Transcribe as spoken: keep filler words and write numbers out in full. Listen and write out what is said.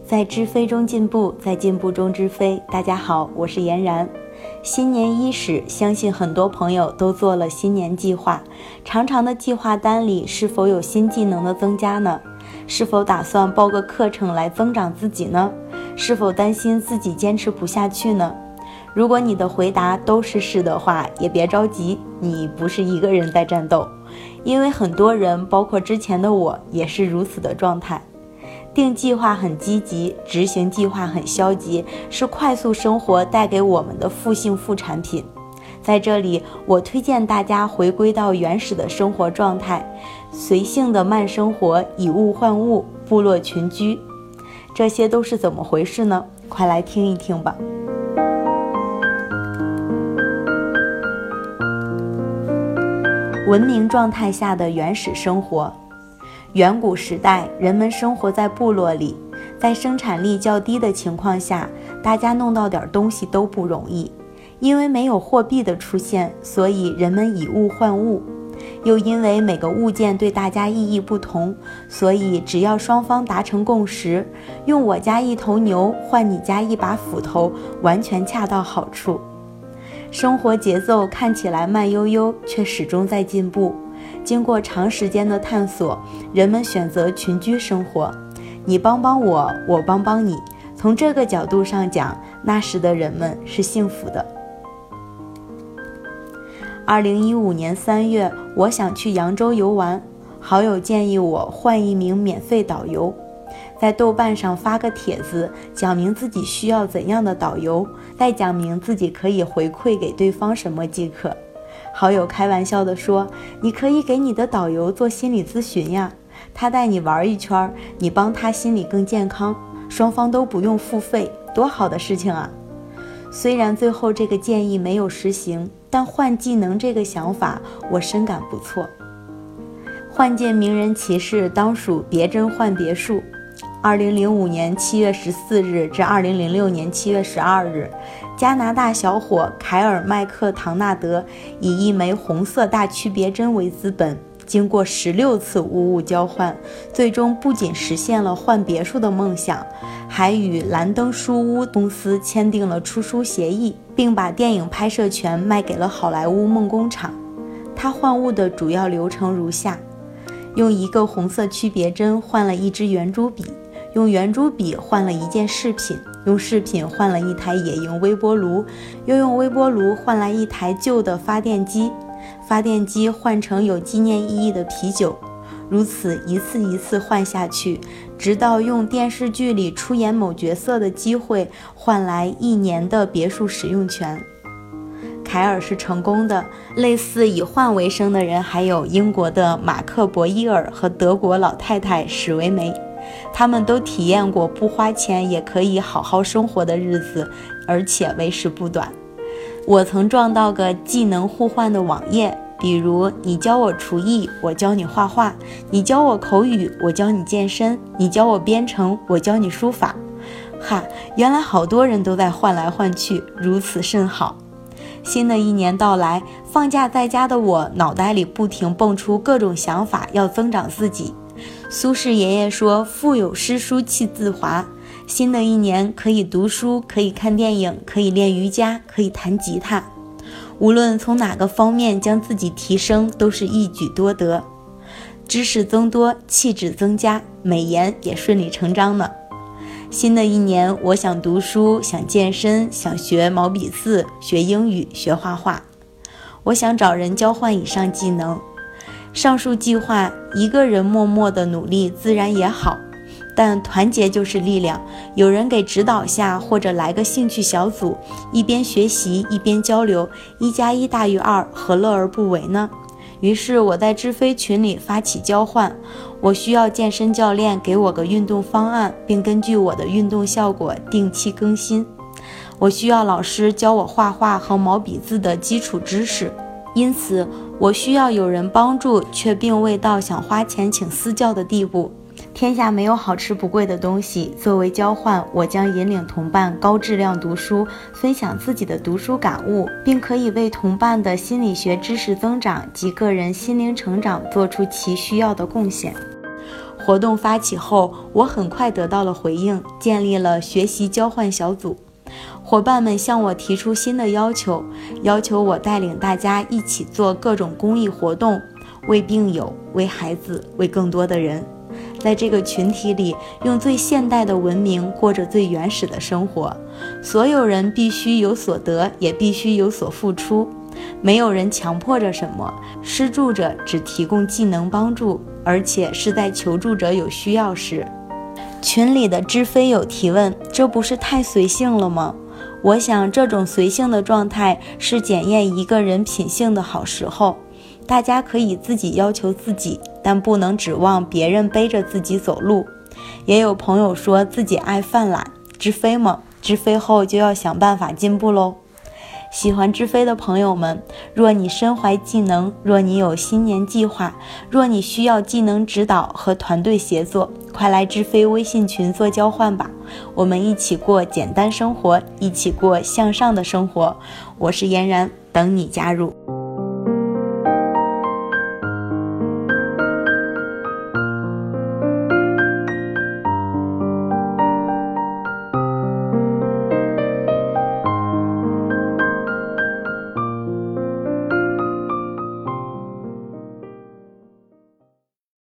在知飞中进步，在进步中知飞。大家好，我是妍然。新年伊始，相信很多朋友都做了新年计划。长长的计划单里是否有新技能的增加呢？是否打算报个课程来增长自己呢？是否担心自己坚持不下去呢？如果你的回答都是是的话，也别着急，你不是一个人在战斗，因为很多人，包括之前的我，也是如此的状态。定计划很积极，执行计划很消极，是快速生活带给我们的负性副产品。在这里，我推荐大家回归到原始的生活状态，随性的慢生活，以物换物，部落群居。这些都是怎么回事呢？快来听一听吧。文明状态下的原始生活。远古时代，人们生活在部落里，在生产力较低的情况下，大家弄到点东西都不容易。因为没有货币的出现，所以人们以物换物。又因为每个物件对大家意义不同，所以只要双方达成共识，用我家一头牛换你家一把斧头，完全恰到好处。生活节奏看起来慢悠悠，却始终在进步。经过长时间的探索，人们选择群居生活，你帮帮我，我帮帮你。从这个角度上讲，那时的人们是幸福的。二零一五年三月，我想去扬州游玩，好友建议我换一名免费导游，在豆瓣上发个帖子，讲明自己需要怎样的导游，再讲明自己可以回馈给对方什么即可。好友开玩笑地说，你可以给你的导游做心理咨询呀，他带你玩一圈，你帮他心理更健康，双方都不用付费，多好的事情啊。虽然最后这个建议没有实行，但换技能这个想法我深感不错。换届名人骑士当属别针换别墅。二零零五年七月十四日至二零零六年七月十二日，加拿大小伙凯尔麦克唐纳德以一枚红色大区别针为资本，经过十六次无物交换，最终不仅实现了换别墅的梦想，还与兰登书屋公司签订了出书协议，并把电影拍摄权卖给了好莱坞梦工厂。他换物的主要流程如下：用一个红色区别针换了一支圆珠笔，用圆珠笔换了一件饰品，用饰品换了一台野营微波炉，又用微波炉换来一台旧的发电机，发电机换成有纪念意义的啤酒，如此一次一次换下去，直到用电视剧里出演某角色的机会换来一年的别墅使用权。凯尔是成功的，类似以换为生的人还有英国的马克·博伊尔和德国老太太史维梅，他们都体验过不花钱也可以好好生活的日子，而且为时不短。我曾撞到个技能互换的网页，比如你教我厨艺，我教你画画；你教我口语，我教你健身；你教我编程，我教你书法。哈，原来好多人都在换来换去，如此甚好。新的一年到来，放假在家的我脑袋里不停蹦出各种想法，要增长自己。苏轼爷爷说，腹有诗书气自华。新的一年可以读书，可以看电影，可以练瑜伽，可以弹吉他。无论从哪个方面将自己提升，都是一举多得。知识增多，气质增加，美颜也顺理成章呢。新的一年，我想读书，想健身，想学毛笔字，学英语，学画画。我想找人交换以上技能。上述计划，一个人默默的努力自然也好，但团结就是力量。有人给指导下，或者来个兴趣小组，一边学习一边交流，一加一大于二，何乐而不为呢？于是我在知飞群里发起交换，我需要健身教练给我个运动方案，并根据我的运动效果定期更新。我需要老师教我画画和毛笔字的基础知识，因此我需要有人帮助，却并未到想花钱请私教的地步。天下没有好吃不贵的东西，作为交换，我将引领同伴高质量读书，分享自己的读书感悟，并可以为同伴的心理学知识增长及个人心灵成长做出其需要的贡献。 活动发起后，我很快得到了回应，建立了学习交换小组。伙伴们向我提出新的要求，要求我带领大家一起做各种公益活动，为病友、为孩子、为更多的人。在这个群体里，用最现代的文明过着最原始的生活。所有人必须有所得，也必须有所付出。没有人强迫着什么，施助者只提供技能帮助，而且是在求助者有需要时。群里的知飞友提问，这不是太随性了吗？我想这种随性的状态是检验一个人品性的好时候。大家可以自己要求自己，但不能指望别人背着自己走路。也有朋友说自己爱犯懒，知飞吗？知飞后就要想办法进步喽。喜欢知飞的朋友们，若你身怀技能，若你有新年计划，若你需要技能指导和团队协作，快来知飞微信群做交换吧。我们一起过简单生活，一起过向上的生活。我是嫣然，等你加入。